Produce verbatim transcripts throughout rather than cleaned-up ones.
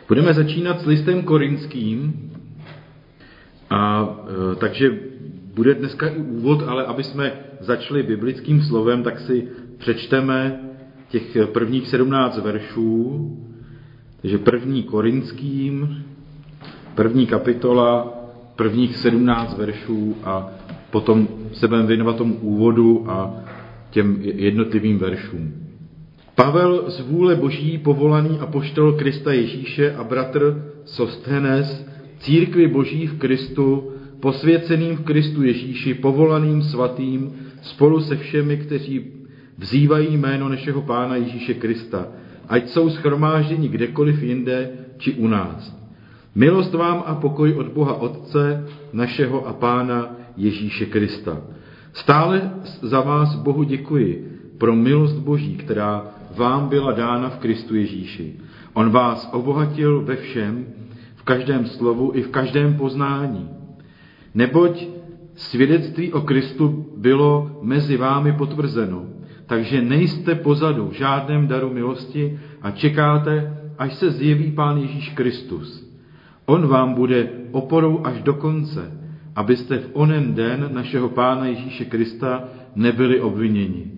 Budeme začínat s listem Korinským, a e, takže bude dneska i úvod, ale aby jsme začali biblickým slovem, tak si přečteme těch prvních sedmnáct veršů. Takže první Korinským, první kapitola, prvních sedmnáct veršů a potom se budeme věnovat tomu úvodu a těm jednotlivým veršům. Pavel z vůle Boží povolaný apoštol Krista Ježíše a bratr Sosthenes, církvi Boží v Kristu, posvěceným v Kristu Ježíši, povolaným svatým, spolu se všemi, kteří vzývají jméno našeho Pána Ježíše Krista, ať jsou shromážděni kdekoliv jinde, či u nás. Milost vám a pokoj od Boha Otce, našeho a Pána Ježíše Krista. Stále za vás Bohu děkuji pro milost Boží, která vám byla dána v Kristu Ježíši. On vás obohatil ve všem, v každém slovu i v každém poznání. Neboť svědectví o Kristu bylo mezi vámi potvrzeno, takže nejste pozadu v žádném daru milosti a čekáte, až se zjeví Pán Ježíš Kristus. On vám bude oporou až do konce, abyste v onen den našeho Pána Ježíše Krista nebyli obviněni.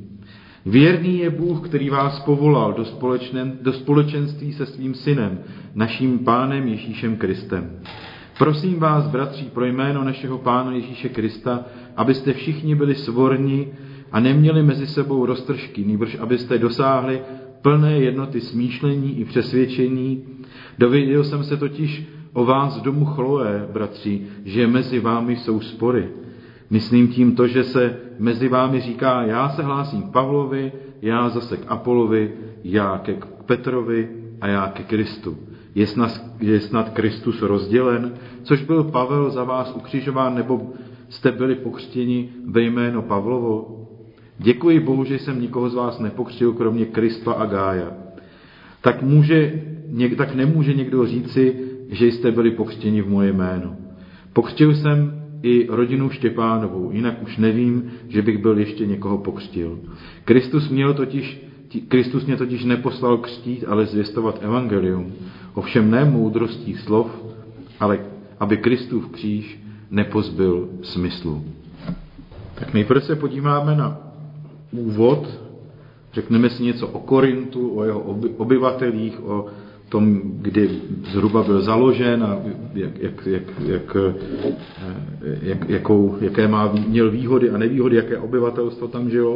Věrný je Bůh, který vás povolal do, do společenství se svým synem, naším Pánem Ježíšem Kristem. Prosím vás, bratři, pro jméno našeho Pána Ježíše Krista, abyste všichni byli svorni a neměli mezi sebou roztržky, nýbrž abyste dosáhli plné jednoty smýšlení i přesvědčení. Dověděl jsem se totiž o vás v domu Chloé, bratři, že mezi vámi jsou spory. Myslím tím to, že se mezi vámi říká, já se hlásím k Pavlovi, já zase k Apolovi, já ke Petrovi a já ke Kristu. Je snad, je snad Kristus rozdělen, což byl Pavel za vás ukřižován, nebo jste byli pokřtěni ve jméno Pavlovo? Děkuji Bohu, že jsem nikoho z vás nepokřtil, kromě Krista a Gája. Tak, může, tak nemůže někdo říci, že jste byli pokřtěni v moje jméno. Pokřtil jsem i rodinu Štěpánovou, jinak už nevím, že bych byl ještě někoho pokřtil. Kristus, měl totiž, Kristus mě totiž neposlal křtít, ale zvěstovat evangelium. Ovšem ne moudrostí slov, ale aby Kristův kříž nepozbyl smyslu. Tak nejprve se podíváme na úvod, řekneme si něco o Korintu, o jeho obyvatelích, o tom, kdy zhruba byl založen a jak, jak, jak, jak, jak, jakou, jaké má, měl výhody a nevýhody, jaké obyvatelstvo tam žilo.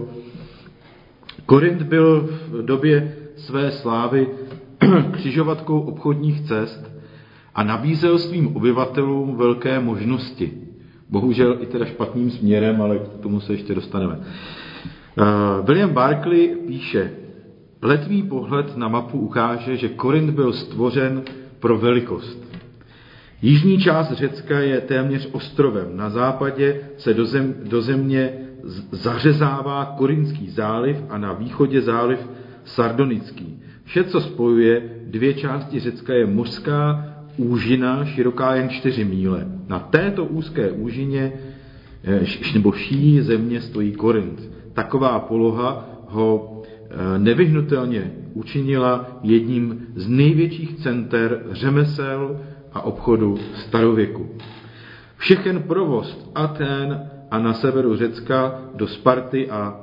Korint byl v době své slávy křižovatkou obchodních cest a nabízel svým obyvatelům velké možnosti. Bohužel i teda špatným směrem, ale k tomu se ještě dostaneme. William Barclay píše, letvý pohled na mapu ukáže, že Korint byl stvořen pro velikost. Jižní část Řecka je téměř ostrovem. Na západě se do, zem, do země zařezává Korintský záliv a na východě záliv Sardonický. Vše, co spojuje dvě části Řecka, je mořská úžina, široká jen čtyři míle. Na této úzké úžině nebo ší země stojí Korint. Taková poloha ho nevyhnutelně učinila jedním z největších center řemesel a obchodu starověku. Všechen provoz Athén a na severu Řecka do Sparty a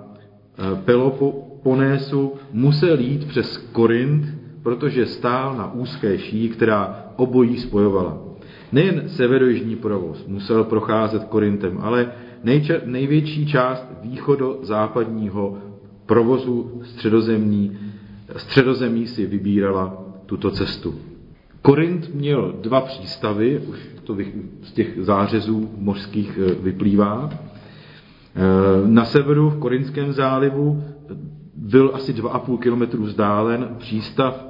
Peloponésu musel jít přes Korint, protože stál na úzké šíji, která obojí spojovala. Nejen severojižní provoz musel procházet Korintem, ale nejča- největší část východo-západního provozu středozemí, středozemí si vybírala tuto cestu. Korint měl dva přístavy, už to z těch zářezů mořských vyplývá. Na severu v Korinském zálivu byl asi dva a půl kilometru vzdálen přístav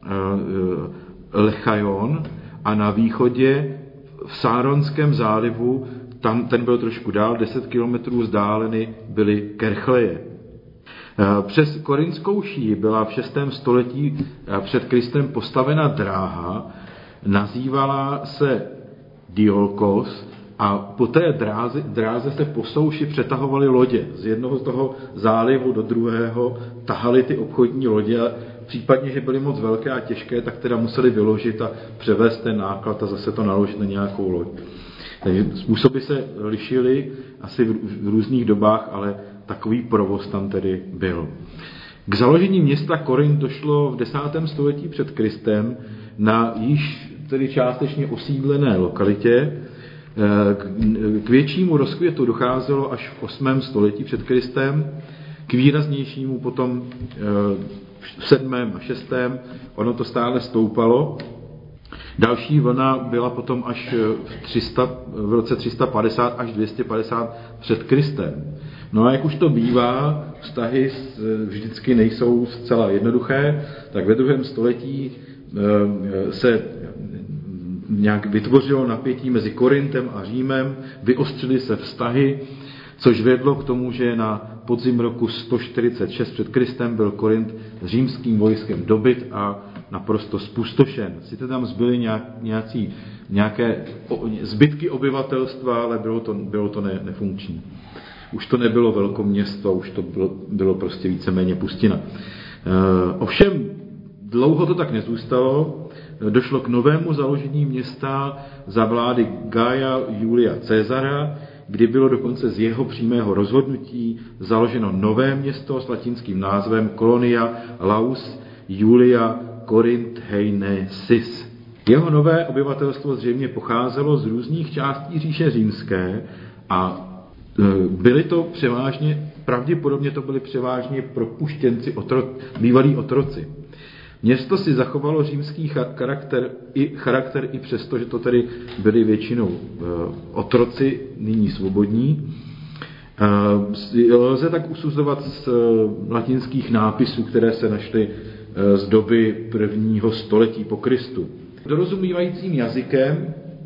Lechajon a na východě v Sáronském zálivu, tam ten byl trošku dál, deset kilometrů vzdáleny byly Kerchleje. Přes Korintskou šíji byla v šestém století před Kristem postavena dráha, nazývala se Diolkos A po té dráze, dráze se po souši přetahovaly lodě. Z jednoho z toho zálivu do druhého tahali ty obchodní lodě. Případně, že byly moc velké a těžké, tak teda museli vyložit a převést ten náklad a zase to naložit na nějakou loď. Takže způsoby se lišily asi v různých dobách, ale takový provoz tam tedy byl. K založení města Korint došlo v desátém století před Kristem na již tedy částečně osídlené lokalitě. K většímu rozkvětu docházelo až v osmém století před Kristem, k výraznějšímu potom v sedmém a šestém Ono to stále stoupalo. Další vlna byla potom až v, tři sta, v roce tři sta padesát až dvě stě padesát před Kristem. No a jak už to bývá, vztahy vždycky nejsou zcela jednoduché, tak ve druhém století se nějak vytvořilo napětí mezi Korintem a Římem, vyostřily se vztahy, což vedlo k tomu, že na podzim roku sto čtyřicet šest před Kristem byl Korint římským vojskem dobyt a naprosto zpustošen. Sice tam zbyly nějak, nějací, nějaké zbytky obyvatelstva, ale bylo to, bylo to ne, nefunkční. Už to nebylo velkoměsto, už to bylo, bylo prostě víceméně pustina. E, ovšem dlouho to tak nezůstalo. Došlo k novému založení města za vlády Gaia Julia Caesara, kdy bylo dokonce z jeho přímého rozhodnutí založeno nové město s latinským názvem Colonia Laus Julia Corinth-Heinesis. Jeho nové obyvatelstvo zřejmě pocházelo z různých částí říše římské a byli to převážně, pravděpodobně to byli převážně propuštěnci, otro, bývalí otroci. Město si zachovalo římský charakter i, charakter i přesto, že to tedy byli většinou e, otroci, nyní svobodní. E, lze tak usuzovat z e, latinských nápisů, které se našly e, z doby prvního století po Kristu. Dorozumívajícím jazykem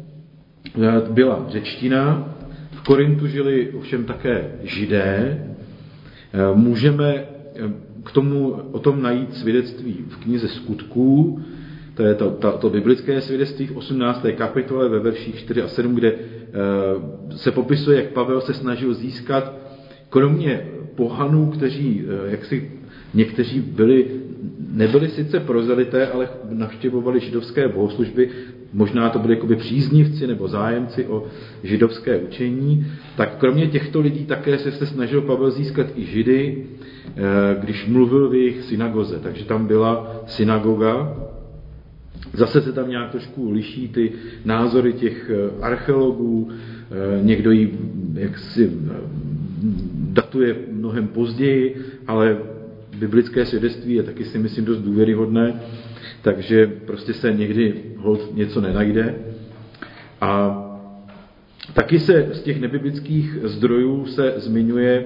e, byla řečtina. V Korintu žili ovšem také Židé. E, můžeme e, k tomu o tom najít svědectví v knize Skutků, to je to, to, to biblické svědectví v osmnácté kapitole ve verších čtyři a sedm, kde e, se popisuje, jak Pavel se snažil získat, kromě pohanů, kteří, e, jak si někteří byli, nebyli sice prozelité, ale navštěvovali židovské bohoslužby, možná to byli jakoby příznivci nebo zájemci o židovské učení, tak kromě těchto lidí také se, se snažil Pavel získat i Židy, když mluvil v jejich synagoze. Takže tam byla synagoga. Zase se tam nějak trošku liší ty názory těch archeologů. Někdo ji jaksi datuje mnohem později, ale biblické svědectví je taky, si myslím, dost důvěryhodné, takže prostě se někdy holt něco nenajde. A taky se z těch nebiblických zdrojů se zmiňuje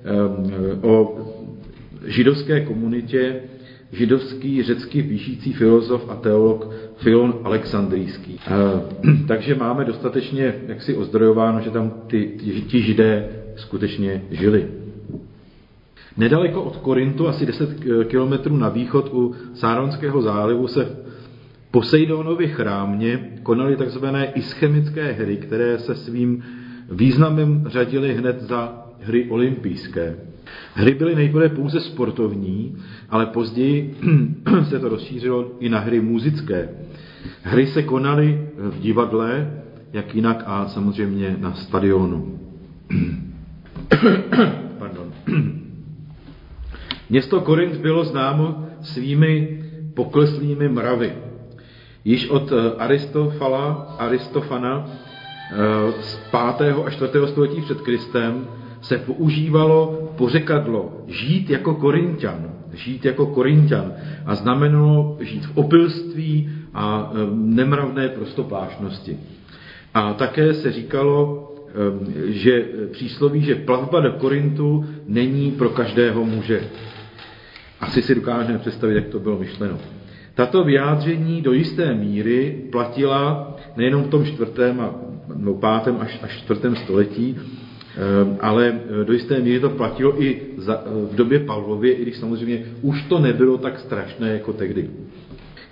o židovské komunitě židovský, řecky píšící filozof a teolog Filon Alexandrijský. Takže máme dostatečně jaksi ozdrojováno, že tam ty, ty, ti židé skutečně žili. Nedaleko od Korintu, asi deset kilometrů na východ u Sáronského zálivu, se v Poseidonově chrámě konaly takzvané ischemické hry, které se svým významem řadily hned za hry olympijské. Hry byly nejprve pouze sportovní, ale později se to rozšířilo i na hry muzické. Hry se konaly v divadle, jak jinak, a samozřejmě na stadionu. Pardon. Město Korint bylo známo svými pokleslými mravy. Již od Aristofala, Aristofana z pátého a čtvrtého století před Kristem se používalo pořekadlo žít jako Korinťan, žít jako Korinťan a znamenalo žít v opilství a nemravné prostopášnosti. A také se říkalo, že přísloví, že plavba do Korintu není pro každého muže. Asi si dokážeme představit, jak to bylo myšleno. Tato vyjádření do jisté míry platila nejenom v tom čtvrtém a no, pátém až, až čtvrtém století, ale do jisté míry to platilo i za, v době Pavlově, i když samozřejmě už to nebylo tak strašné jako tehdy.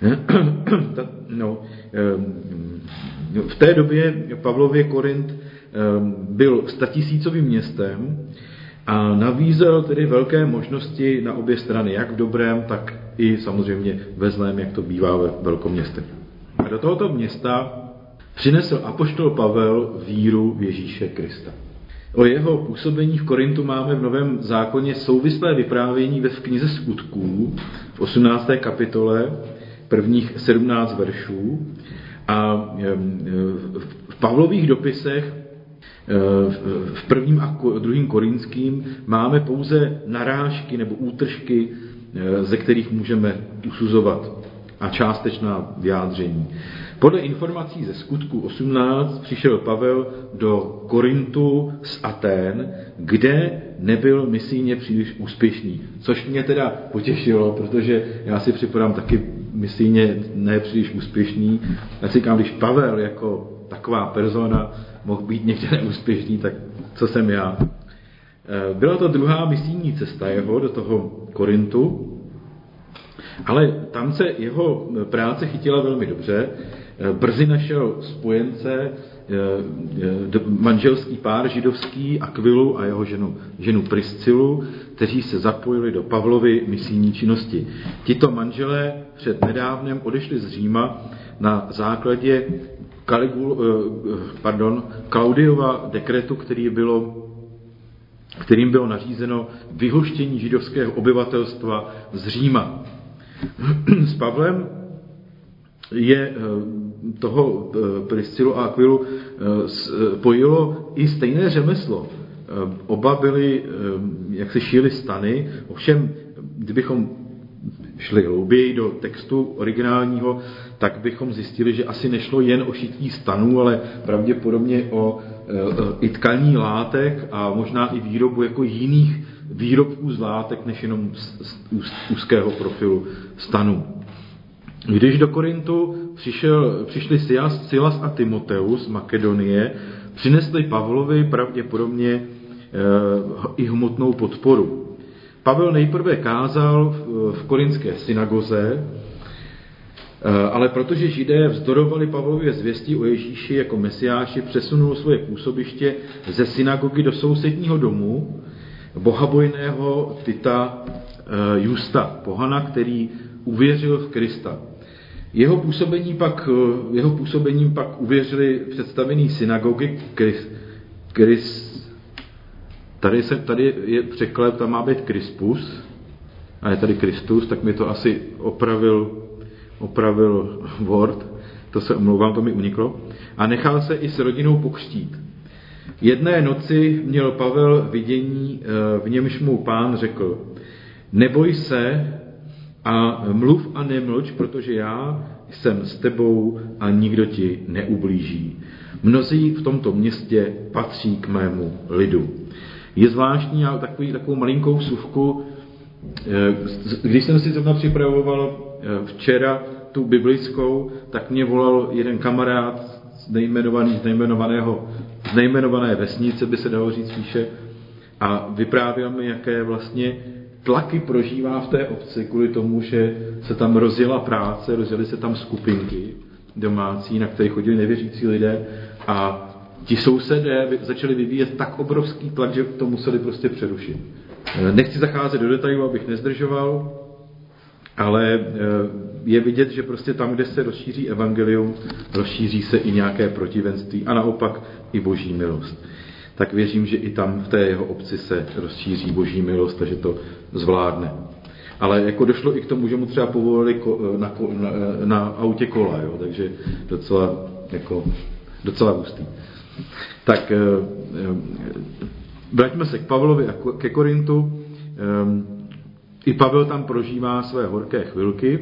No, v té době Pavlově Korint byl statisícovým městem a nabízel tedy velké možnosti na obě strany, jak v dobrém, tak i samozřejmě ve zlém, jak to bývá ve velkoměstech. A do tohoto města přinesl apoštol Pavel víru v Ježíše Krista. O jeho působení v Korintu máme v Novém zákoně souvislé vyprávění ve knize Skutků v osmnácté kapitole, prvních sedmnáct veršů. A v Pavlových dopisech v prvním a druhým Korinským máme pouze narážky nebo útržky, ze kterých můžeme usuzovat, a částečná vyjádření. Podle informací ze Skutku osmnáct přišel Pavel do Korintu z Atén, kde nebyl misijně příliš úspěšný. Což mě teda potěšilo, protože já si připadám taky misijně ne příliš úspěšný. Já si říkám, když Pavel jako taková persona mohl být někde neúspěšný, tak co jsem já? Byla to druhá misijní cesta jeho do toho Korintu, ale tam se jeho práce chytila velmi dobře. Brzy našel spojence, manželský pár židovský Akvilu a jeho ženu, ženu Priscilu, kteří se zapojili do Pavlovy misijní činnosti. Tito manželé před nedávnem odešli z Říma na základě Kaligul, pardon, Klaudiova dekretu, který bylo, kterým bylo nařízeno vyhoštění židovského obyvatelstva z Říma. S Pavlem je toho Priscilu a Akvilu spojilo i stejné řemeslo. Oba byli, jak se šíli stany, ovšem, kdybychom šli hlouběji do textu originálního, tak bychom zjistili, že asi nešlo jen o šití stanů, ale pravděpodobně o i tkaní látek a možná i výrobu jako jiných výrobků z látek, než jenom z úzkého profilu stanů. Když do Korintu přišel, přišli Silas, Silas a Timoteus z Makedonie, přinesli Pavlovi pravděpodobně e, i hmotnou podporu. Pavel nejprve kázal v, v korinské synagoze, e, ale protože Židé vzdorovali Pavlově zvěsti o Ježíši jako mesiáši, přesunul svoje působiště ze synagogy do sousedního domu bohabojného Tita e, Justa, pohana, který uvěřil v Krista. Jeho působení pak, jeho působením pak uvěřili představený synagogy Kris, Kris, tady, se, tady je překlep, tam má být Krispus, a je tady Kristus, tak mi to asi opravil, opravil Word, to se omlouvám, to mi uniklo, a nechal se i s rodinou pokřtít. Jedné noci měl Pavel vidění, v němž mu Pán řekl: neboj se a mluv a nemlč, protože já jsem s tebou a nikdo ti neublíží. Mnozí v tomto městě patří k mému lidu. Je zvláštní, já takový, takovou malinkou vsuvku, když jsem si zrovna připravoval včera tu biblickou, tak mě volal jeden kamarád z nejmenovaný, z nejmenovaného, z nejmenované vesnice, by se dalo říct spíše, a vyprávěl mi, jaké vlastně tlaky prožívá v té obci kvůli tomu, že se tam rozjela práce, rozjeli se tam skupinky domácí, na které chodili nevěřící lidé, a ti sousedé začali vyvíjet tak obrovský tlak, že to museli prostě přerušit. Nechci zacházet do detailů, abych nezdržoval, ale je vidět, že prostě tam, kde se rozšíří evangelium, rozšíří se i nějaké protivenství a naopak i boží milost. Tak věřím, že i tam v té jeho obci se rozšíří boží milost a že to zvládne. Ale jako došlo i k tomu, že mu třeba povolili ko, na, na, na autě kola, jo? Takže docela, jako, docela hustý. Tak vraťme se k Pavlovi a ke Korintu. I Pavel tam prožívá své horké chvilky.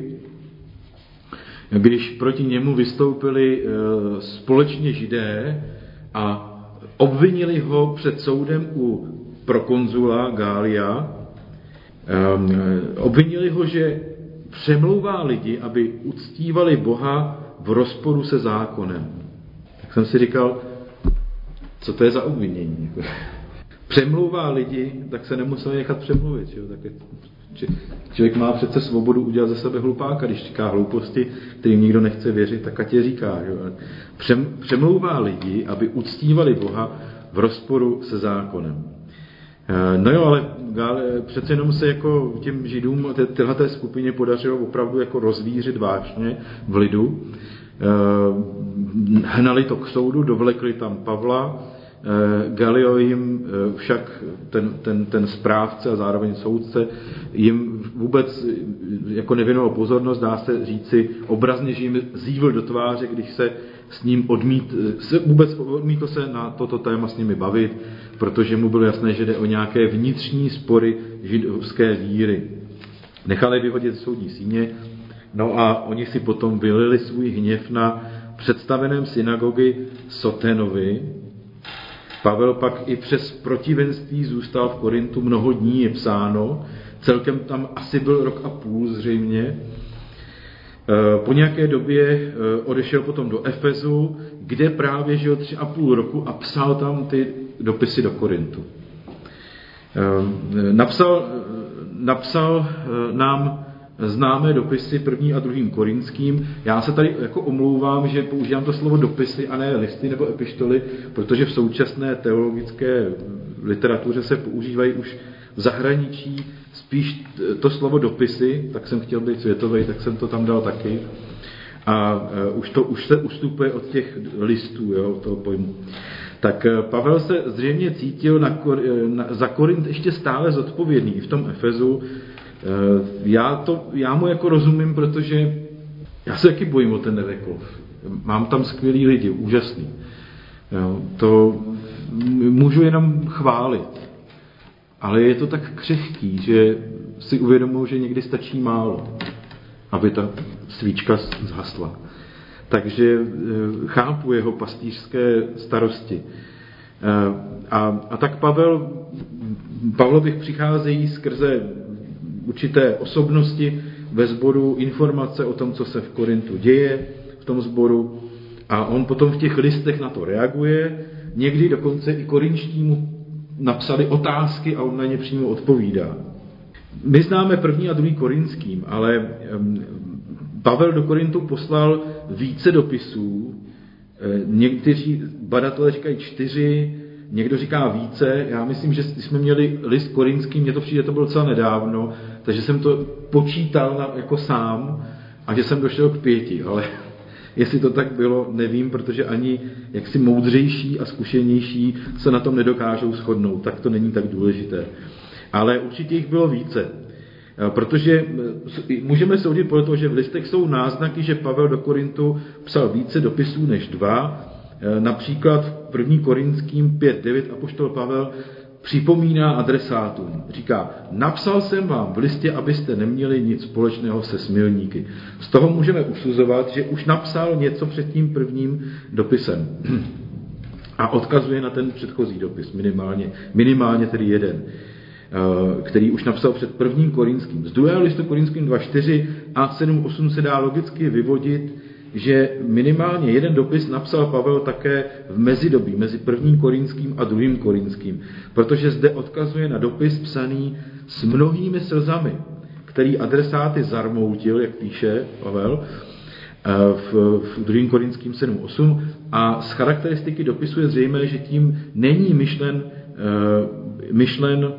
Když proti němu vystoupili společně Židé a obvinili ho před soudem u prokonzula Gália. Um, obvinili ho, že přemlouvá lidi, aby uctívali Boha v rozporu se zákonem. Tak jsem si říkal, co to je za obvinění. Přemlouvá lidi, tak se nemuseli nechat přemluvit. Jo? Tak je, Člověk má přece svobodu udělat ze sebe hlupáka, když říká hlouposti, kterým nikdo nechce věřit, tak ať je říká. Že? Přem, přemlouvá lidi, aby uctívali Boha v rozporu se zákonem. No jo, ale přece jenom se jako těm Židům, téhleté skupině podařilo opravdu jako rozvířit vášně v lidu. Hnali to k soudu, dovlekli tam Pavla, Galio jim však ten, ten, ten správce a zároveň soudce jim vůbec jako nevěnoval pozornost, dá se říci obrazně, že jim zívl do tváře, když se s ním odmít, se vůbec odmítl se na toto téma s nimi bavit, protože mu bylo jasné, že jde o nějaké vnitřní spory židovské víry. Nechali vyhodit soudní síně, no a oni si potom vylili svůj hněv na představeném synagogy Sotenovi. Pavel pak i přes protivenství zůstal v Korintu mnoho dní, je psáno. Celkem tam asi byl rok a půl zřejmě. Po nějaké době odešel potom do Efezu, kde právě žil tři a půl roku a psal tam ty dopisy do Korintu. Napsal, napsal nám známé dopisy první a druhým korinským. Já se tady jako omlouvám, že používám to slovo dopisy a ne listy nebo epištoly, protože v současné teologické literatuře se používají už v zahraničí spíš to slovo dopisy, tak jsem chtěl být světovej, tak jsem to tam dal taky. A už to už se ustupuje od těch listů, jo, toho pojmu. Tak Pavel se zřejmě cítil na, na, za Korint ještě stále zodpovědný i v tom Efezu. Já, to, já mu jako rozumím, protože já se taky bojím o ten Neveklov. Mám tam skvělý lidi, úžasný. Jo, to můžu jenom chválit. Ale je to tak křehký, že si uvědomuji, že někdy stačí málo, aby ta svíčka zhasla. Takže chápu jeho pastýřské starosti. A, a tak Pavel, Pavlových přicházejí skrze určité osobnosti ve sboru informace o tom, co se v Korintu děje v tom sboru, a on potom v těch listech na to reaguje. Někdy dokonce i korinštímu napsali otázky a on na ně přímo odpovídá. My známe první a druhý korinským, ale Pavel do Korintu poslal více dopisů. Někteří badatelé říkají čtyři, někdo říká více. Já myslím, že jsme měli list korinský, mně to přijde, to bylo docela nedávno, takže jsem to počítal na, jako sám a že jsem došel k pěti, ale jestli to tak bylo, nevím, protože ani jaksi moudřejší a zkušenější se na tom nedokážou shodnout, tak to není tak důležité. Ale určitě jich bylo více, protože můžeme soudit podle toho, že v listech jsou náznaky, že Pavel do Korintu psal více dopisů než dva. Například v první Korinským pět devět apoštol Pavel připomíná adresátům. Říká, napsal jsem vám v listě, abyste neměli nic společného se smilníky. Z toho můžeme usuzovat, že už napsal něco před tím prvním dopisem. A odkazuje na ten předchozí dopis, minimálně, minimálně tedy jeden, který už napsal před prvním Korinským. Z druhého listu Korinským dva čtyři a sedm osm se dá logicky vyvodit, že minimálně jeden dopis napsal Pavel také v mezidobí, mezi prvním Korinským a druhým Korinským, protože zde odkazuje na dopis psaný s mnohými slzami, který adresáty zarmoutil, jak píše Pavel v, v druhém Korinským sedm osm, a z charakteristiky dopisu je zřejmé, že tím není myšlen, myšlen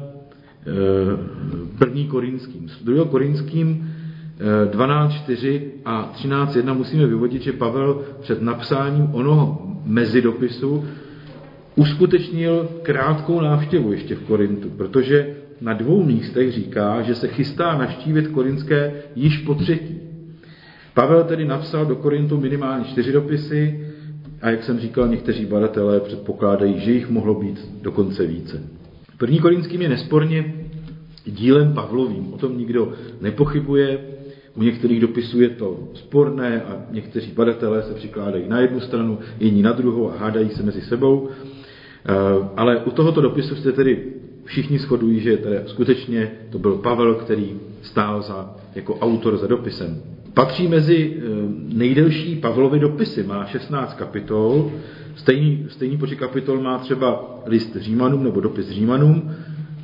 první Korinským. S druhým Korinským dvanáct čtyři a třináct jedna musíme vyvodit, že Pavel před napsáním onoho mezidopisu uskutečnil krátkou návštěvu ještě v Korintu, protože na dvou místech říká, že se chystá navštívit korinské již po třetí. Pavel tedy napsal do Korintu minimálně čtyři dopisy a jak jsem říkal, někteří badatelé předpokládají, že jich mohlo být dokonce více. První Korinským je nesporně dílem Pavlovým, o tom nikdo nepochybuje. U některých dopisů je to sporné a někteří badatelé se přikládají na jednu stranu, jiní na druhou a hádají se mezi sebou. Ale u tohoto dopisu se tedy všichni shodují, že tedy skutečně to byl Pavel, který stál za, jako autor za dopisem. Patří mezi nejdelší Pavlovy dopisy, má šestnáct kapitol, stejný, stejný počet kapitol má třeba list Římanům nebo dopis Římanům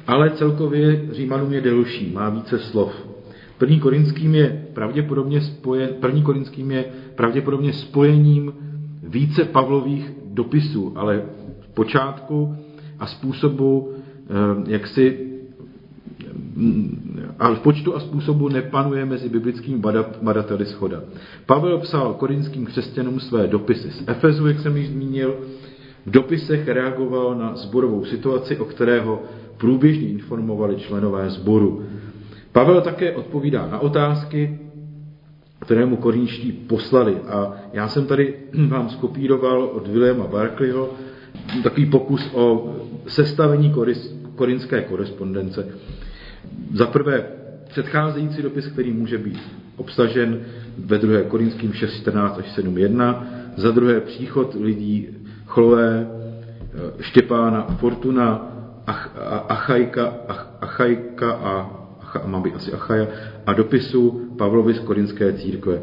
ale celkově Římanům je delší, má více slov. První Korinským je pravděpodobně spojen, první Korinským je pravděpodobně spojením více Pavlových dopisů, ale v počátku a způsobu, jak si, ale v počtu a způsobu nepanuje mezi biblickými badateli shoda. Pavel psal korinským křesťanům své dopisy z Efezu, jak jsem již zmínil. V dopisech reagoval na sborovou situaci, o kterého průběžně informovali členové sboru. Pavel také odpovídá na otázky, které mu korinští poslali. A já jsem tady vám skopíroval od Williama Barclayho takový pokus o sestavení korinské korespondence. Za prvé předcházející dopis, který může být obsažen ve druhé Korinským šest čtrnáct až sedm jedna, za druhé příchod lidí Chloé, Štěpána, Fortuna, Ach, Achajka, Ach, Achajka a Acha, mám být asi Achaja, a dopisu Pavlovi z korinské církve.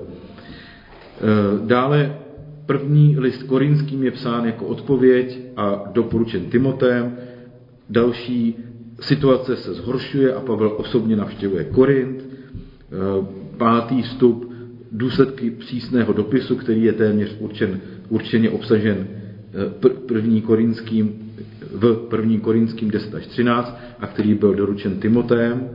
Dále první list Korinským je psán jako odpověď a doporučen Timoteem. Další situace se zhoršuje a Pavel osobně navštěvuje Korint. Pátý vstup, důsledky přísného dopisu, který je téměř určen, určeně obsažen první Korinským, v prvním Korinským deset až třináct a který byl doručen Timoteem.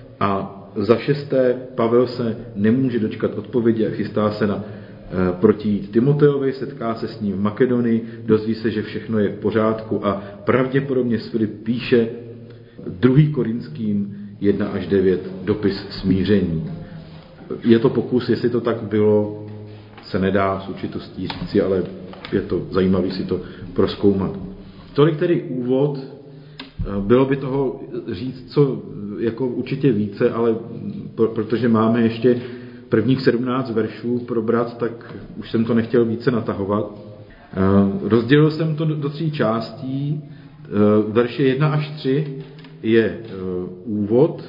A za šesté, Pavel se nemůže dočkat odpovědi a chystá se na protijít Timoteovi, setká se s ním v Makedonii, dozví se, že všechno je v pořádku a pravděpodobně s Filip píše druhý Korinským jedna až devět dopis smíření. Je to pokus, jestli to tak bylo, se nedá s určitostí říci, ale je to zajímavé si to prozkoumat. Tolik tedy úvod, bylo by toho říct co jako určitě více, ale protože máme ještě prvních sedmnáct veršů probrat, tak už jsem to nechtěl více natahovat. Rozdělil jsem to do tří částí. Verše jedna až tři je úvod.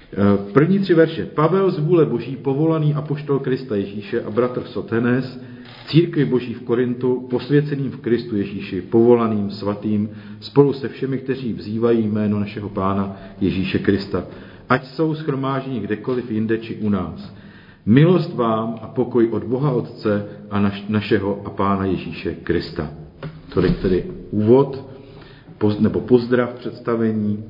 První tři verše. Pavel z vůle Boží, povolaný apoštol Krista Ježíše a bratr Sotenes, církvi Boží v Korintu, posvěceným v Kristu Ježíši, povolaným, svatým, spolu se všemi, kteří vzývají jméno našeho Pána Ježíše Krista. Ať jsou shromážděni kdekoliv jinde či u nás. Milost vám a pokoj od Boha Otce a naš, našeho a Pána Ježíše Krista. Tolik tedy úvod, poz, nebo pozdrav, představení.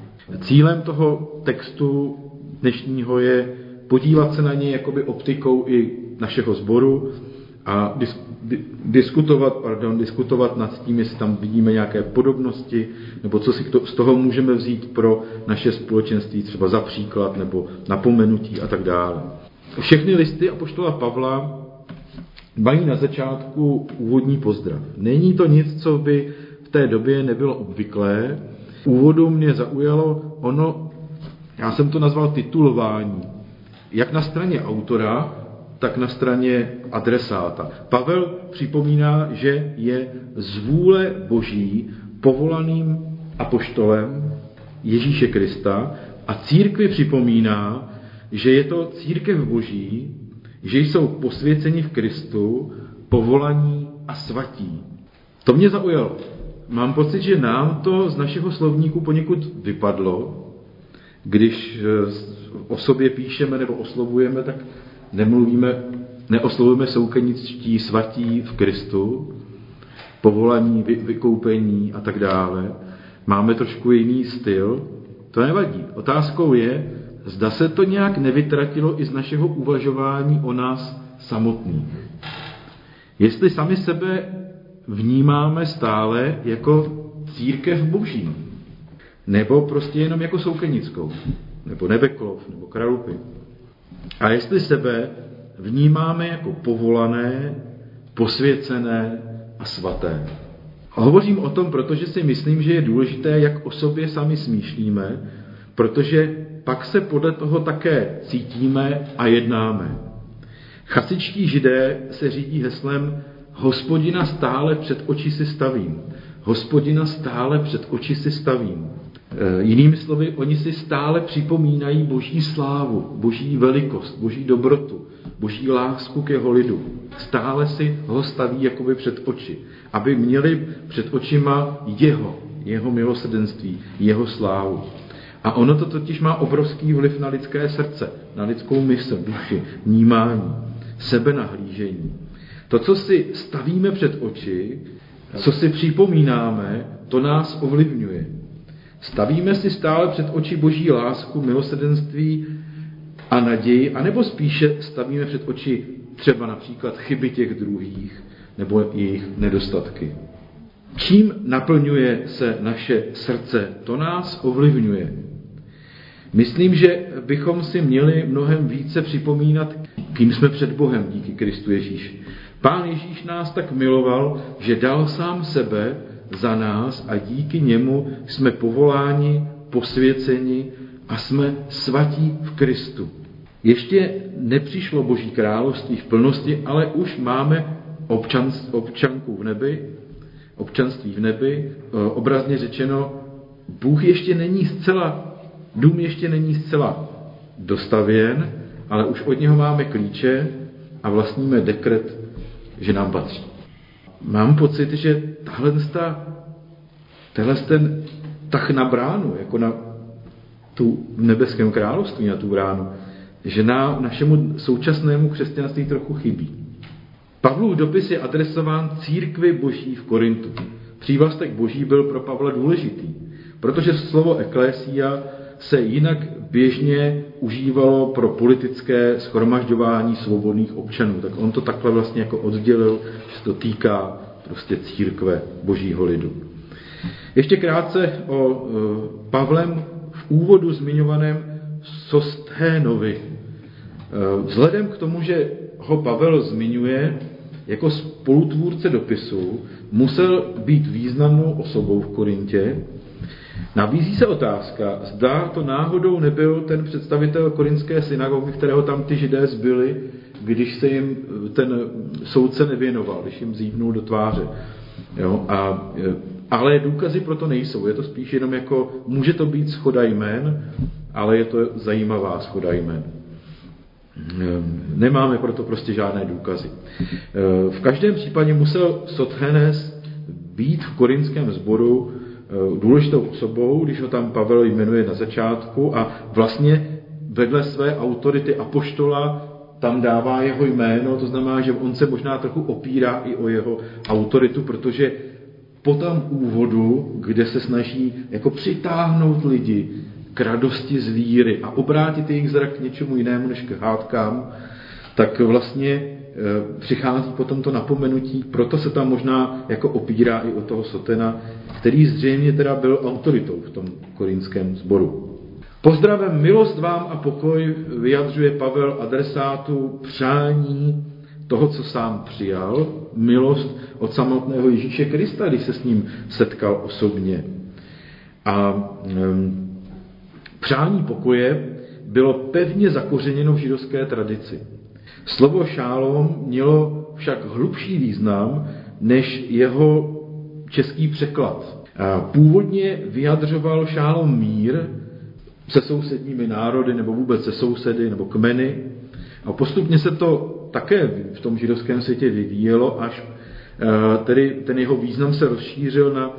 Cílem toho textu dnešního je podívat se na něj jakoby optikou i našeho sboru a dis, di, diskutovat, pardon, diskutovat nad tím, jestli tam vidíme nějaké podobnosti, nebo co si to, z toho můžeme vzít pro naše společenství, třeba za příklad, nebo napomenutí a tak dále. Všechny listy apoštola Pavla mají na začátku úvodní pozdrav. Není to nic, co by v té době nebylo obvyklé. Úvodu mě zaujalo ono, já jsem to nazval titulování, jak na straně autora, tak na straně adresáta. Pavel připomíná, že je z vůle Boží povolaným apoštolem Ježíše Krista a církvi připomíná, že je to církev Boží, že jsou posvěceni v Kristu, povolaní a svatí. To mě zaujalo. Mám pocit, že nám to z našeho slovníku poněkud vypadlo. Když o sobě píšeme nebo oslovujeme, tak nemluvíme, neoslovujeme soukeničtí svatí v Kristu, povolaní, vy, vykoupení a tak dále. Máme trošku jiný styl. To nevadí. Otázkou je, zda se to nějak nevytratilo i z našeho uvažování o nás samotných. Jestli sami sebe vnímáme stále jako církev Boží, nebo prostě jenom jako soukenickou, nebo Nebeklov, nebo Kralupy. A jestli sebe vnímáme jako povolané, posvěcené a svaté. A hovořím o tom, protože si myslím, že je důležité, jak o sobě sami smýšlíme, protože pak se podle toho také cítíme a jednáme. Chasičtí židé se řídí heslem Hospodina stále před oči si stavím. Hospodina stále před oči si stavím. E, jinými slovy, oni si stále připomínají Boží slávu, Boží velikost, Boží dobrotu, Boží lásku k jeho lidu. Stále si ho staví jakoby před oči, aby měli před očima jeho, jeho milosrdenství, jeho slávu. A ono to totiž má obrovský vliv na lidské srdce, na lidskou mysl, duši, vnímání, sebenahlížení. To, co si stavíme před oči, co si připomínáme, to nás ovlivňuje. Stavíme si stále před oči Boží lásku, milosrdenství a naději, anebo spíše stavíme před oči třeba například chyby těch druhých nebo jejich nedostatky. Čím naplňuje se naše srdce, to nás ovlivňuje. Myslím, že bychom si měli mnohem více připomínat, kým jsme před Bohem díky Kristu Ježíši. Pán Ježíš nás tak miloval, že dal sám sebe za nás a díky němu jsme povoláni, posvěceni a jsme svatí v Kristu. Ještě nepřišlo Boží království v plnosti, ale už máme občan, občanku v nebi, občanství v nebi, obrazně řečeno, Bůh ještě není zcela, dům ještě není zcela dostavěn, ale už od něho máme klíče a vlastníme dekret, že nám patří. Mám pocit, že tahle tenhle ten tah na bránu, jako na tu v nebeském království, na tu bránu, že na našemu současnému křesťanství trochu chybí. Pavlův dopis je adresován církvi Boží v Korintu. Přívlastek Boží byl pro Pavla důležitý, protože slovo eklésia se jinak běžně užívalo pro politické shromažďování svobodných občanů. Tak on to takhle vlastně jako oddělil, že se to týká prostě církve Božího lidu. Ještě krátce o Pavlem v úvodu zmiňovaném Sosténovi. Vzhledem k tomu, že ho Pavel zmiňuje jako spolutvůrce dopisu, musel být významnou osobou v Korintě. Nabízí se otázka, zda to náhodou nebyl ten představitel korintské synagogy, kterého tam ty Židé zbyli, když se jim ten soudce nevěnoval, když jim zíbnul do tváře. Jo, a, ale důkazy pro to nejsou. Je to spíš jenom jako, může to být shoda jmen, ale je to zajímavá shoda jmen. Nemáme proto prostě žádné důkazy. V každém případě musel Sosthenes být v korintském sboru důležitou osobou, když ho tam Pavel jmenuje na začátku a vlastně vedle své autority apoštola tam dává jeho jméno, to znamená, že on se možná trochu opírá i o jeho autoritu, protože po tom úvodu, kde se snaží jako přitáhnout lidi k radosti z víry a obrátit jejich zrak k něčemu jinému než k hádkám, tak vlastně e, přichází potom to napomenutí, proto se tam možná jako opírá i o toho Sotena, který zřejmě teda byl autoritou v tom korintském sboru. Pozdravem, milost vám a pokoj vyjadřuje Pavel adresátu přání toho, co sám přijal, milost od samotného Ježíše Krista, když se s ním setkal osobně. A um, přání pokoje bylo pevně zakořeněno v židovské tradici. Slovo šálom mělo však hlubší význam než jeho český překlad. A původně vyjadřoval šálom mír se sousedními národy nebo vůbec se sousedy nebo kmeny. A postupně se to také v tom židovském světě vyvíjelo, až tedy ten jeho význam se rozšířil na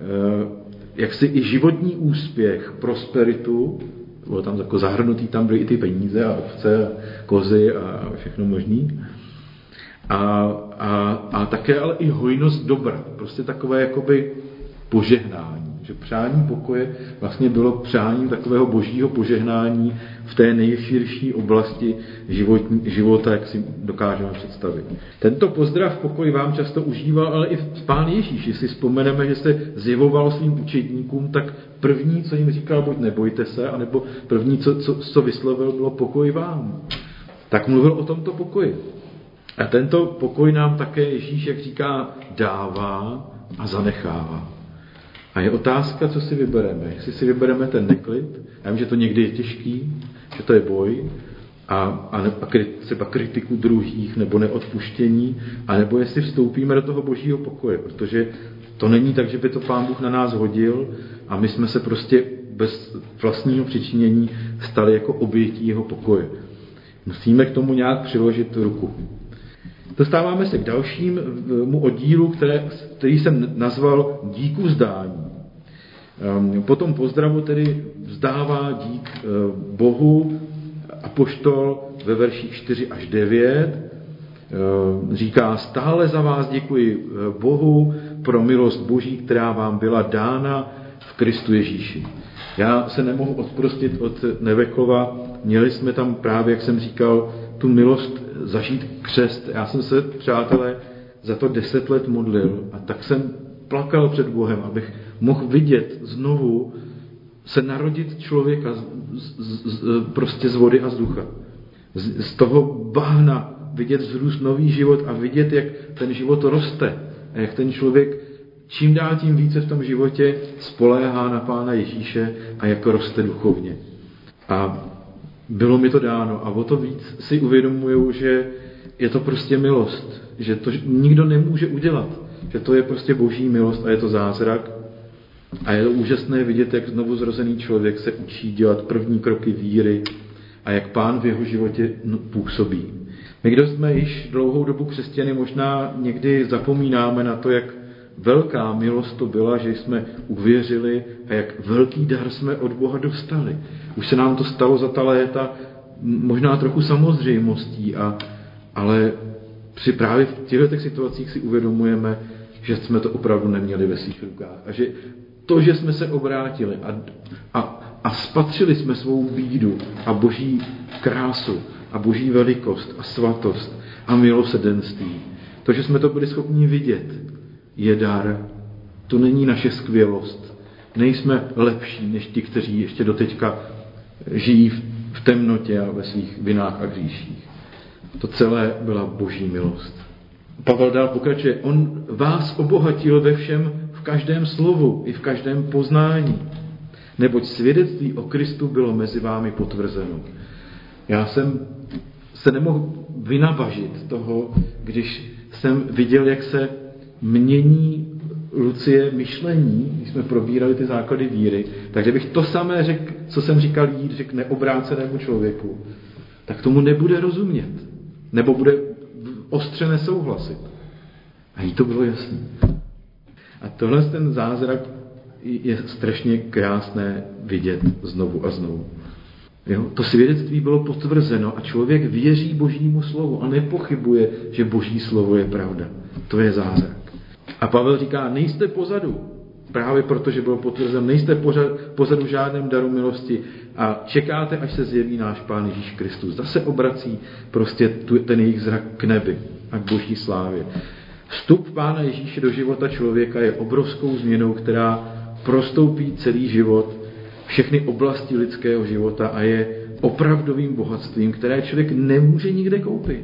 jaksi i životní úspěch, prosperitu, bylo tam jako zahrnutý, tam byly i ty peníze a ovce a kozy a všechno možný. A, a, a také ale i hojnost dobra, prostě takové jakoby požehnání. Že přání pokoje vlastně bylo přáním takového božího požehnání v té nejširší oblasti životní, života, jak si dokážeme představit. Tento pozdrav pokoj vám často užíval, ale i Pán Ježíš. Jestli vzpomeneme, že se zjevoval svým učedníkům, tak první, co jim říkal, buď nebojte se, anebo první, co, co, co vyslovil, bylo pokoj vám. Tak mluvil o tomto pokoji. A tento pokoj nám také Ježíš, jak říká, dává a zanechává. A je otázka, co si vybereme. Jestli si vybereme ten neklid, já vím, že to někdy je těžký, že to je boj, a, a, ne, a kri, třeba kritiku druhých, nebo neodpuštění, anebo jestli vstoupíme do toho božího pokoje, protože to není tak, že by to Pán Bůh na nás hodil a my jsme se prostě bez vlastního přičinění stali jako obětí jeho pokoje. Musíme k tomu nějak přiložit ruku. Dostáváme se k dalšímu oddílu, které, který jsem nazval díku vzdání. Po tom pozdravu tedy vzdává dík Bohu apoštol ve verších čtyři až devět. Říká, stále za vás děkuji Bohu pro milost Boží, která vám byla dána v Kristu Ježíši. Já se nemohu odprostit od Nevekova. Měli jsme tam právě, jak jsem říkal, tu milost zažít křest. Já jsem se, přátelé, za to deset let modlil a tak jsem plakal před Bohem, abych mohl vidět znovu se narodit člověka z, z, z, prostě z vody a z ducha. Z, z toho bahna vidět vzrůst nový život a vidět, jak ten život roste a jak ten člověk čím dál tím více v tom životě spoléhá na Pána Ježíše a jak roste duchovně. A bylo mi to dáno a o to víc si uvědomuju, že je to prostě milost, že to nikdo nemůže udělat, že to je prostě Boží milost a je to zázrak. A je to úžasné vidět, jak znovu zrozený člověk se učí dělat první kroky víry a jak Pán v jeho životě působí. My, kdo jsme již dlouhou dobu křesťany, možná někdy zapomínáme na to, jak velká milost to byla, že jsme uvěřili a jak velký dar jsme od Boha dostali. Už se nám to stalo za ta léta možná trochu samozřejmostí, a, ale při právě v těchto situacích si uvědomujeme, že jsme to opravdu neměli ve svých rukách. A že to, že jsme se obrátili a, a, a spatřili jsme svou bídu a Boží krásu a Boží velikost a svatost a milosrdenství, to, že jsme to byli schopni vidět, je dar. To není naše skvělost. Nejsme lepší než ti, kteří ještě doteďka žijí v temnotě a ve svých vinách a hříších. To celé byla Boží milost. Pavel dál pokračuje. On vás obohatil ve všem, v každém slovu i v každém poznání. Neboť svědectví o Kristu bylo mezi vámi potvrzeno. Já jsem se nemohl vynavažit toho, když jsem viděl, jak se mění Lucie myšlení, když jsme probírali ty základy víry, takže bych to samé řekl, co jsem říkal jí, řekl neobrácenému člověku, tak tomu nebude rozumět. Nebo bude ostře nesouhlasit. A jí to bylo jasné. A tohle ten zázrak je strašně krásné vidět znovu a znovu. Jo? To svědectví bylo potvrzeno a člověk věří Božímu slovu a nepochybuje, že Boží slovo je pravda. To je zázrak. A Pavel říká, nejste pozadu, právě protože bylo potvrzeno, nejste pozadu v žádném daru milosti a čekáte, až se zjeví náš Pán Ježíš Kristus. Zase obrací prostě ten jejich zrak k nebi a k Boží slávě. Vstup Pána Ježíše do života člověka je obrovskou změnou, která prostoupí celý život, všechny oblasti lidského života a je opravdovým bohatstvím, které člověk nemůže nikde koupit.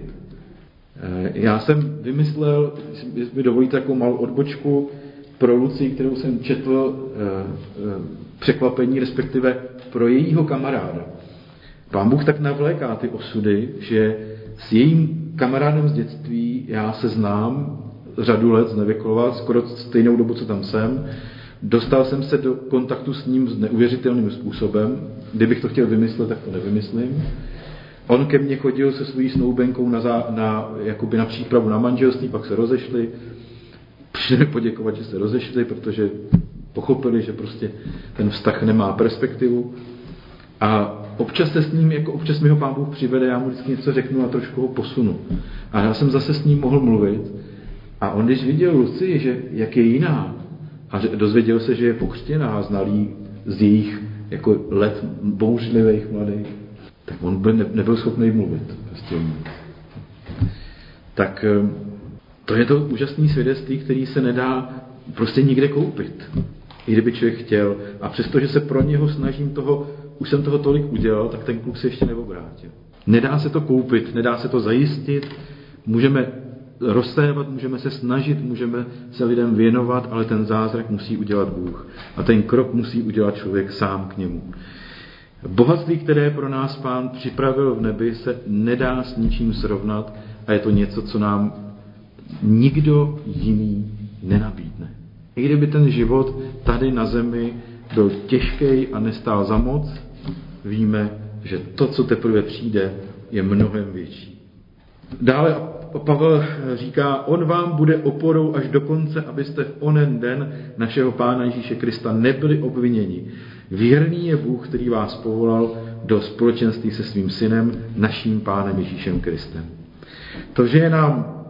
Já jsem vymyslel, jestli mi dovolíte takovou malou odbočku pro Lucii, kterou jsem četl překvapení, respektive pro jejího kamaráda. Pán Bůh tak navléká ty osudy, že s jejím kamarádem z dětství já se znám řadu let z Nevěklova, skoro stejnou dobu, co tam jsem. Dostal jsem se do kontaktu s ním s neuvěřitelným způsobem. Kdybych to chtěl vymyslet, tak to nevymyslím. On ke mně chodil se svojí snoubenkou na, zá, na, jakoby na přípravu na manželství, pak se rozešli. Přišli mi poděkovat, že se rozešli, protože pochopili, že prostě ten vztah nemá perspektivu. A občas se s ním, jako občas mi ho Pán Bůh přivede, já mu vždycky něco řeknu a trošku ho posunu. A já jsem zase s ním mohl mluvit. A on, když viděl Lucii, že jak je jiná, a dozvěděl se, že je pokřtěná a znal jí z jejich jako let bouřlivých mladých, tak on by ne, nebyl schopný mluvit. Prostě. Tak to je to úžasné svědectví, který se nedá prostě nikde koupit. I kdyby člověk chtěl. A přestože se pro něho snažím toho, už jsem toho tolik udělal, tak ten kluk se ještě neobrátil. Nedá se to koupit, nedá se to zajistit. Můžeme rozsévat, můžeme se snažit, můžeme se lidem věnovat, ale ten zázrak musí udělat Bůh. A ten krok musí udělat člověk sám k němu. Bohatství, které pro nás Pán připravil v nebi, se nedá s ničím srovnat a je to něco, co nám nikdo jiný nenabídne. I kdyby ten život tady na zemi byl těžký a nestál za moc, víme, že to, co teprve přijde, je mnohem větší. Dále Pavel říká, on vám bude oporou až do konce, abyste v onen den našeho Pána Ježíše Krista nebyli obviněni. Věrný je Bůh, který vás povolal do společenství se svým synem, naším Pánem Ježíšem Kristem. To, že je nám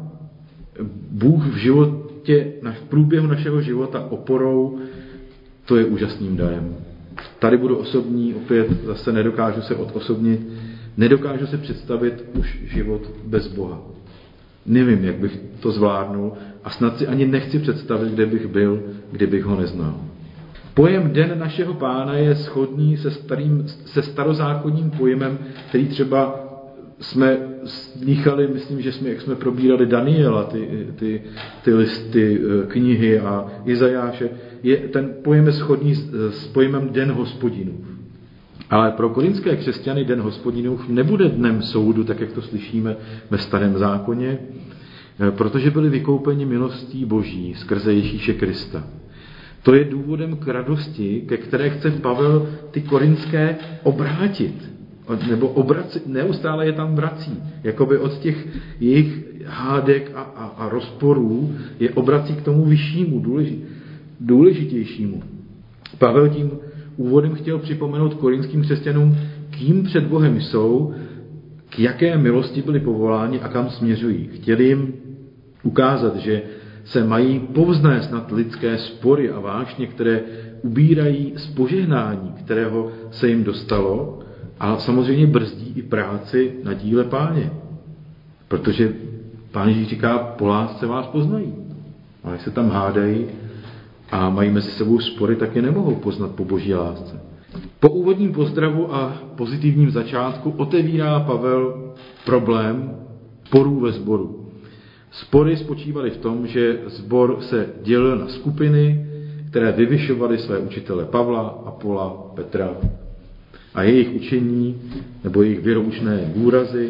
Bůh v životě, v průběhu našeho života oporou, to je úžasným darem. Tady budu osobní, opět zase nedokážu se odosobnit, nedokážu si představit už život bez Boha. Nevím, jak bych to zvládnul a snad si ani nechci představit, kde bych byl, kdybych ho neznal. Pojem Den našeho Pána je shodný se, starým, se starozákonním pojmem, který třeba jsme smíchali, myslím, že jsme, jak jsme probírali Daniela, ty, ty, ty listy, knihy a Izajáše, je, ten pojem je shodný s, s pojmem Den Hospodinův. Ale pro korinské křesťany Den Hospodinův nebude dnem soudu, tak jak to slyšíme ve Starém zákoně, protože byli vykoupeni milostí Boží skrze Ježíše Krista. To je důvodem k radosti, ke které chce Pavel ty korinské obrátit. Nebo obracit, neustále je tam vrací. Jakoby od těch jejich hádek a, a, a rozporů je obrací k tomu vyššímu, důležit, důležitějšímu. Pavel tím úvodem chtěl připomenout korinským křesťanům, kým před Bohem jsou, k jaké milosti byli povoláni a kam směřují. Chtěli jim ukázat, že se mají povznést nad lidské spory a vášně, které ubírají z požehnání, kterého se jim dostalo, a samozřejmě brzdí i práci na díle Páně. Protože Pán Ježíš říká, po lásce vás poznají. Ale se tam hádají a mají mezi sebou spory, tak je nemohou poznat po Boží lásce. Po úvodním pozdravu a pozitivním začátku otevírá Pavel problém sporů ve sboru. Spory spočívaly v tom, že sbor se dělil na skupiny, které vyvyšovaly své učitele Pavla, Apola, Petra a jejich učení nebo jejich věroučné důrazy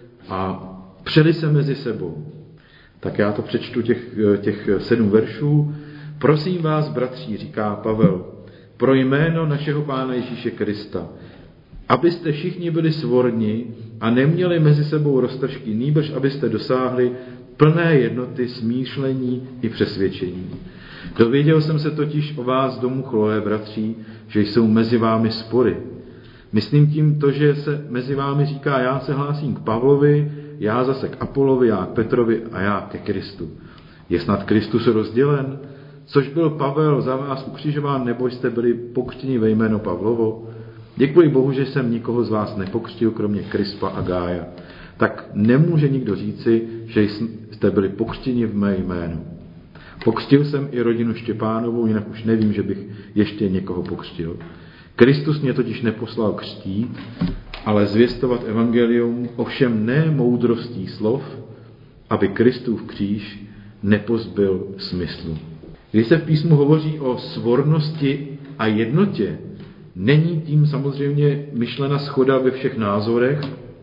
a přeli se mezi sebou. Tak já to přečtu těch, těch sedm veršů. Prosím vás, bratři, říká Pavel, pro jméno našeho Pána Ježíše Krista, abyste všichni byli svorni a neměli mezi sebou roztržky, nýbrž abyste dosáhli plné jednoty smýšlení i přesvědčení. Dověděl jsem se totiž o vás domu Chloé, bratří, že jsou mezi vámi spory. Myslím tím to, že se mezi vámi říká, já se hlásím k Pavlovi, já zase k Apolovi, já k Petrovi a já ke Kristu. Je snad Kristus rozdělen? Což byl Pavel za vás ukřižován, nebo jste byli pokřtěni ve jméno Pavlovo? Děkuji Bohu, že jsem nikoho z vás nepokřtil, kromě Krispa a Gája. Tak nemůže nikdo říci, že jste byli pokřtěni v mé jménu. Pokřtil jsem i rodinu Štěpánovou, jinak už nevím, že bych ještě někoho pokřtil. Kristus mě totiž neposlal křtít, ale zvěstovat evangelium, ovšem ne moudrostí slov, aby Kristův kříž nepozbyl smyslu. Když se v písmu hovoří o svornosti a jednotě, není tím samozřejmě myšlena shoda ve všech názorech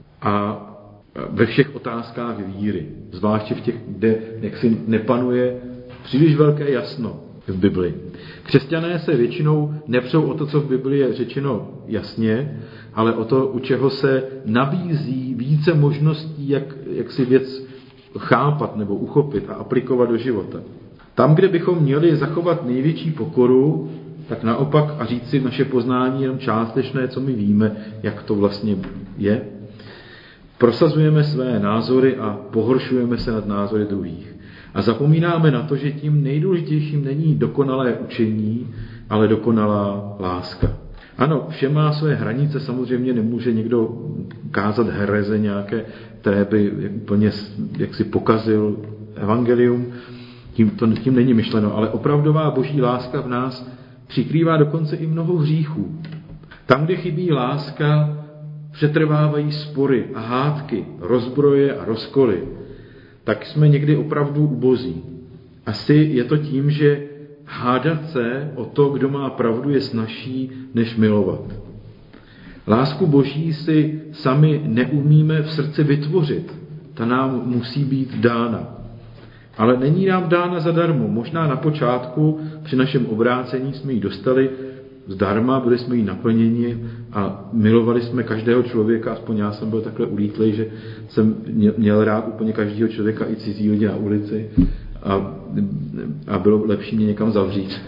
a ve všech otázkách víry. Zvláště v těch, kde jaksi nepanuje příliš velké jasno v Bibli. Křesťané se většinou nepřou o to, co v Bibli je řečeno jasně, ale o to, u čeho se nabízí více možností, jak, jak si věc chápat nebo uchopit a aplikovat do života. Tam, kde bychom měli zachovat největší pokoru, tak naopak a říct si naše poznání jenom částečné, co my víme, jak to vlastně je. Prosazujeme své názory a pohoršujeme se nad názory druhých. A zapomínáme na to, že tím nejdůležitějším není dokonalé učení, ale dokonalá láska. Ano, vše má své hranice, samozřejmě nemůže někdo kázat hereze nějaké, které by úplně jaksi pokazil evangelium, tím, to, tím není myšleno, ale opravdová boží láska v nás přikrývá dokonce i mnoho hříchů. Tam, kde chybí láska, přetrvávají spory a hádky, rozbroje a rozkoly, tak jsme někdy opravdu ubozí. Asi je to tím, že hádat se o to, kdo má pravdu, je snazší, než milovat. Lásku Boží si sami neumíme v srdci vytvořit. Ta nám musí být dána. Ale není nám dána zadarmo. Možná na počátku při našem obrácení jsme ji dostali zdarma, byli jsme jí naplněni a milovali jsme každého člověka, aspoň já jsem byl takhle ulítlej, že jsem měl rád úplně každého člověka, i cizí lidi na ulici a, a bylo lepší mě někam zavřít.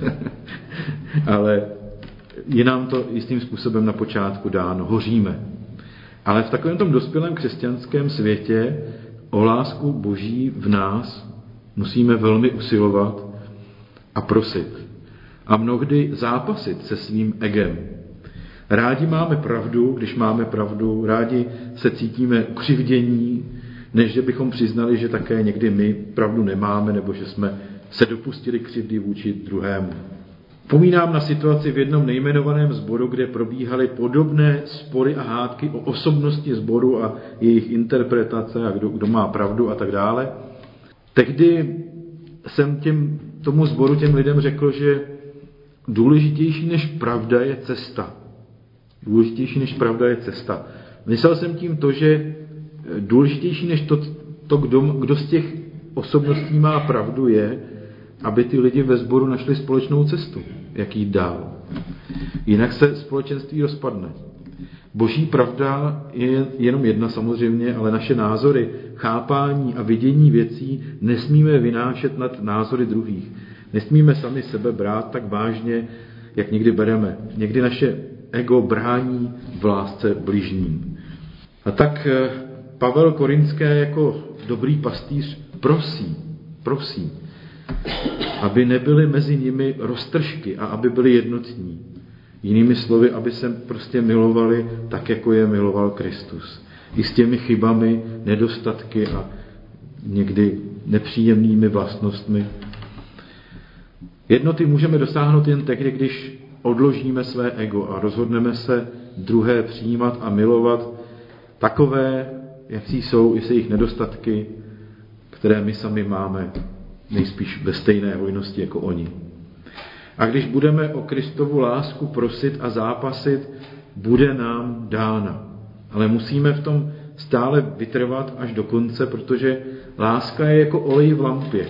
Ale je nám to jistým způsobem na počátku dáno, hoříme. Ale v takovém tom dospělém křesťanském světě o lásku Boží v nás musíme velmi usilovat a prosit. A mnohdy zápasit se svým egem. Rádi máme pravdu, když máme pravdu, rádi se cítíme ukřivdění, než že bychom přiznali, že také někdy my pravdu nemáme, nebo že jsme se dopustili křivdy vůči druhému. Vzpomínám na situaci v jednom nejmenovaném sboru, kde probíhaly podobné spory a hádky o osobnosti sboru a jejich interpretace a kdo, kdo má pravdu a tak dále. Tehdy jsem těm, tomu sboru, těm lidem řekl, že důležitější než pravda je cesta. Důležitější než pravda je cesta. Myslel jsem tím to, že důležitější než to, to kdo, kdo z těch osobností má pravdu, je, aby ty lidi ve sboru našli společnou cestu, jak jít dál. Jinak se společenství rozpadne. Boží pravda je jenom jedna samozřejmě, ale naše názory, chápání a vidění věcí nesmíme vynášet nad názory druhých. Nesmíme sami sebe brát tak vážně, jak někdy bereme. Někdy naše ego brání v lásce bližním. A tak Pavel Korinské jako dobrý pastýř prosí, prosí, aby nebyly mezi nimi roztržky a aby byli jednotní. Jinými slovy, aby se prostě milovali tak, jako je miloval Kristus. I s těmi chybami, nedostatky a někdy nepříjemnými vlastnostmi. Jednoty můžeme dosáhnout jen tehdy, když odložíme své ego a rozhodneme se druhé přijímat a milovat takové, jaký jsou i se jejich nedostatky, které my sami máme nejspíš ve stejné hojnosti jako oni. A když budeme o Kristovu lásku prosit a zápasit, bude nám dána. Ale musíme v tom stále vytrvat až do konce, protože láska je jako olej v lampě.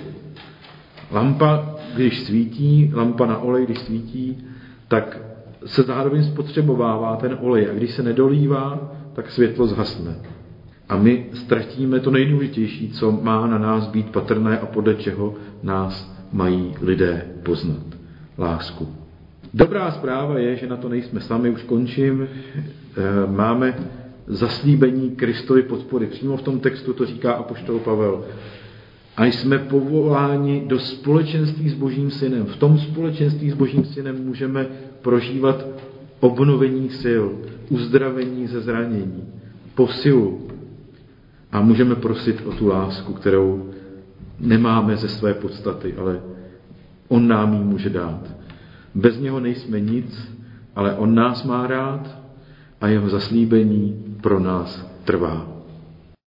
Lampa, když svítí, lampa na olej, když svítí, tak se zároveň spotřebovává ten olej. A když se nedolívá, tak světlo zhasne. A my ztratíme to nejdůležitější, co má na nás být patrné a podle čeho nás mají lidé poznat. Lásku. Dobrá zpráva je, že na to nejsme sami, už končím. Máme zaslíbení Kristovy podpory. Přímo v tom textu to říká apoštol Pavel. A jsme povoláni do společenství s Božím synem. V tom společenství s Božím synem můžeme prožívat obnovení sil, uzdravení ze zranění, posilu. A můžeme prosit o tu lásku, kterou nemáme ze své podstaty, ale on nám ji může dát. Bez něho nejsme nic, ale on nás má rád a jeho zaslíbení pro nás trvá.